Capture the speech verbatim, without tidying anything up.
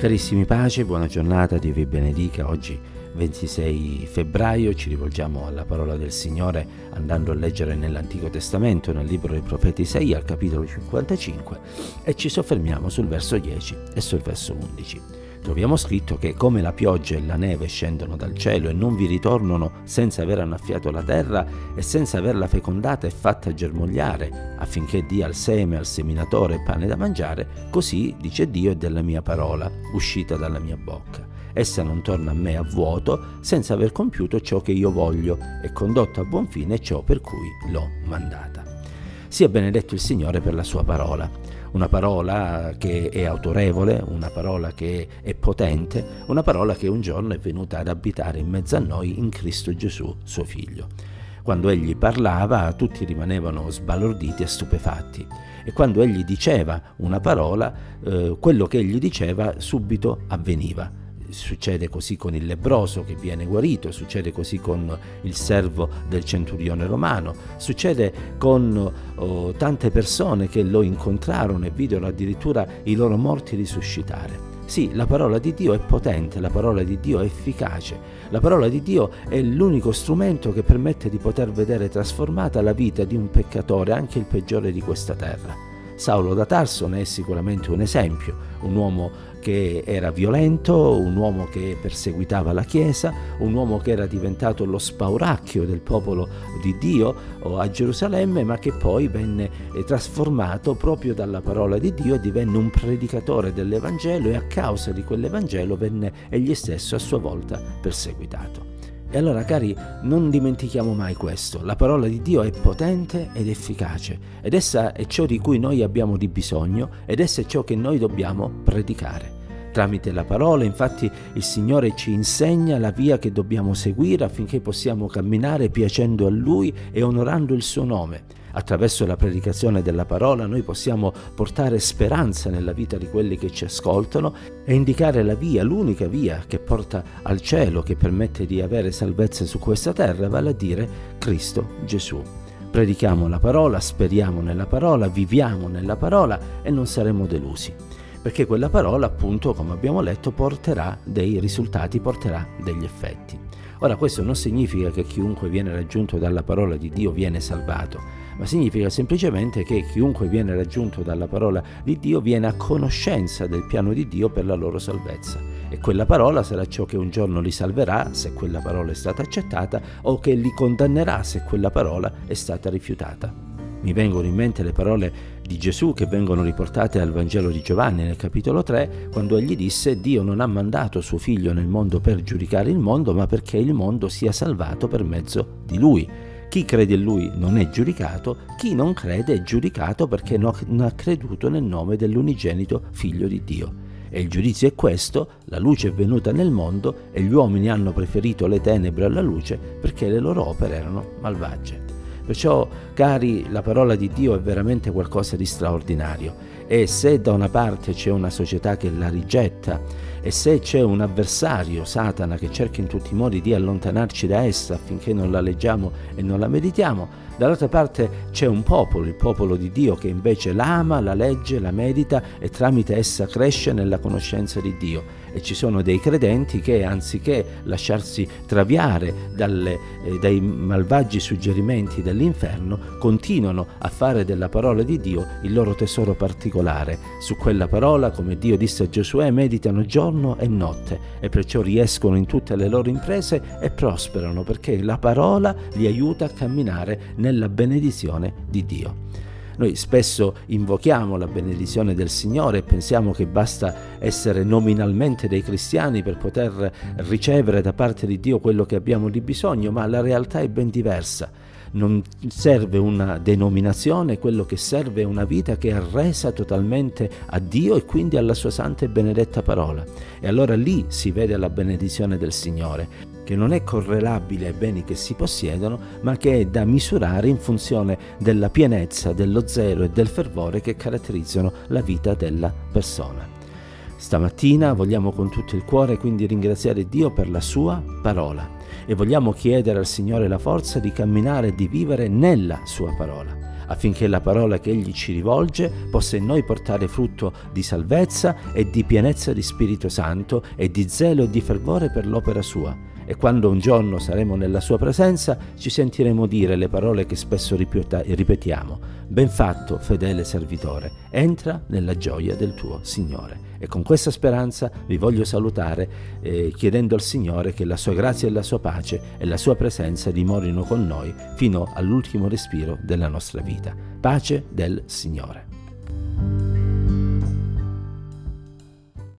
Carissimi pace, buona giornata, Dio vi benedica. Oggi ventisei febbraio ci rivolgiamo alla parola del Signore andando a leggere nell'Antico Testamento, nel libro del profeta Isaia, al capitolo cinquantacinque, e ci soffermiamo sul verso dieci e sul verso undici. Troviamo scritto che come la pioggia e la neve scendono dal cielo e non vi ritornano senza aver annaffiato la terra e senza averla fecondata e fatta germogliare, affinché dia al seme, al seminatore pane da mangiare, così, dice Dio, è della mia parola, uscita dalla mia bocca. Essa non torna a me a vuoto, senza aver compiuto ciò che io voglio e condotto a buon fine ciò per cui l'ho mandata. Sia benedetto il Signore per la sua parola. Una parola che è autorevole, una parola che è potente, una parola che un giorno è venuta ad abitare in mezzo a noi in Cristo Gesù, suo Figlio. Quando egli parlava, tutti rimanevano sbalorditi e stupefatti. E quando egli diceva una parola, eh, quello che egli diceva subito avveniva. Succede così con il lebbroso che viene guarito, succede così con il servo del centurione romano, succede con oh, tante persone che lo incontrarono e videro addirittura i loro morti risuscitare. Sì, la parola di Dio è potente, la parola di Dio è efficace, la parola di Dio è l'unico strumento che permette di poter vedere trasformata la vita di un peccatore, anche il peggiore di questa terra. Saulo da Tarso ne è sicuramente un esempio, un uomo che era violento, un uomo che perseguitava la Chiesa, un uomo che era diventato lo spauracchio del popolo di Dio a Gerusalemme, ma che poi venne trasformato proprio dalla parola di Dio e divenne un predicatore dell'Evangelo, e a causa di quell'Evangelo venne egli stesso a sua volta perseguitato. E allora, cari, non dimentichiamo mai questo: la parola di Dio è potente ed efficace, ed essa è ciò di cui noi abbiamo di bisogno, ed essa è ciò che noi dobbiamo predicare. Tramite la parola, infatti, il Signore ci insegna la via che dobbiamo seguire affinché possiamo camminare piacendo a Lui e onorando il suo nome. Attraverso la predicazione della parola noi possiamo portare speranza nella vita di quelli che ci ascoltano e indicare la via, l'unica via che porta al cielo, che permette di avere salvezza su questa terra, vale a dire Cristo Gesù. Predichiamo la parola, speriamo nella parola, viviamo nella parola e non saremo delusi, perché quella parola, appunto, come abbiamo letto, porterà dei risultati, porterà degli effetti. Ora, questo non significa che chiunque viene raggiunto dalla parola di Dio viene salvato, ma significa semplicemente che chiunque viene raggiunto dalla parola di Dio viene a conoscenza del piano di Dio per la loro salvezza. E quella parola sarà ciò che un giorno li salverà, se quella parola è stata accettata, o che li condannerà se quella parola è stata rifiutata. Mi vengono in mente le parole di Gesù che vengono riportate al Vangelo di Giovanni nel capitolo tre, quando egli disse: Dio non ha mandato suo figlio nel mondo per giudicare il mondo, ma perché il mondo sia salvato per mezzo di lui. Chi crede in lui non è giudicato, chi non crede è giudicato perché non ha creduto nel nome dell'unigenito figlio di Dio. E il giudizio è questo: la luce è venuta nel mondo e gli uomini hanno preferito le tenebre alla luce perché le loro opere erano malvagie. Perciò, cari, la parola di Dio è veramente qualcosa di straordinario, e se da una parte c'è una società che la rigetta, e se c'è un avversario, Satana, che cerca in tutti i modi di allontanarci da essa affinché non la leggiamo e non la meditiamo, dall'altra parte c'è un popolo, il popolo di Dio, che invece la ama, la legge, la medita e tramite essa cresce nella conoscenza di Dio. E ci sono dei credenti che, anziché lasciarsi traviare dalle, eh, dai malvagi suggerimenti dell'inferno, continuano a fare della parola di Dio il loro tesoro particolare. Su quella parola, come Dio disse a Giosuè, meditano giorno e notte, e perciò riescono in tutte le loro imprese e prosperano, perché la parola li aiuta a camminare nella benedizione di Dio. Noi spesso invochiamo la benedizione del Signore e pensiamo che basta essere nominalmente dei cristiani per poter ricevere da parte di Dio quello che abbiamo di bisogno, ma la realtà è ben diversa. Non serve una denominazione, quello che serve è una vita che è resa totalmente a Dio e quindi alla sua santa e benedetta parola. E allora lì si vede la benedizione del Signore, che non è correlabile ai beni che si possiedono, ma che è da misurare in funzione della pienezza, dello zelo e del fervore che caratterizzano la vita della persona. Stamattina vogliamo con tutto il cuore quindi ringraziare Dio per la sua parola e vogliamo chiedere al Signore la forza di camminare e di vivere nella sua parola, affinché la parola che Egli ci rivolge possa in noi portare frutto di salvezza e di pienezza di Spirito Santo e di zelo e di fervore per l'opera sua. E quando un giorno saremo nella sua presenza, ci sentiremo dire le parole che spesso ripetiamo: ben fatto, fedele servitore, entra nella gioia del tuo Signore. E con questa speranza vi voglio salutare eh, chiedendo al Signore che la sua grazia e la sua pace e la sua presenza dimorino con noi fino all'ultimo respiro della nostra vita. Pace del Signore.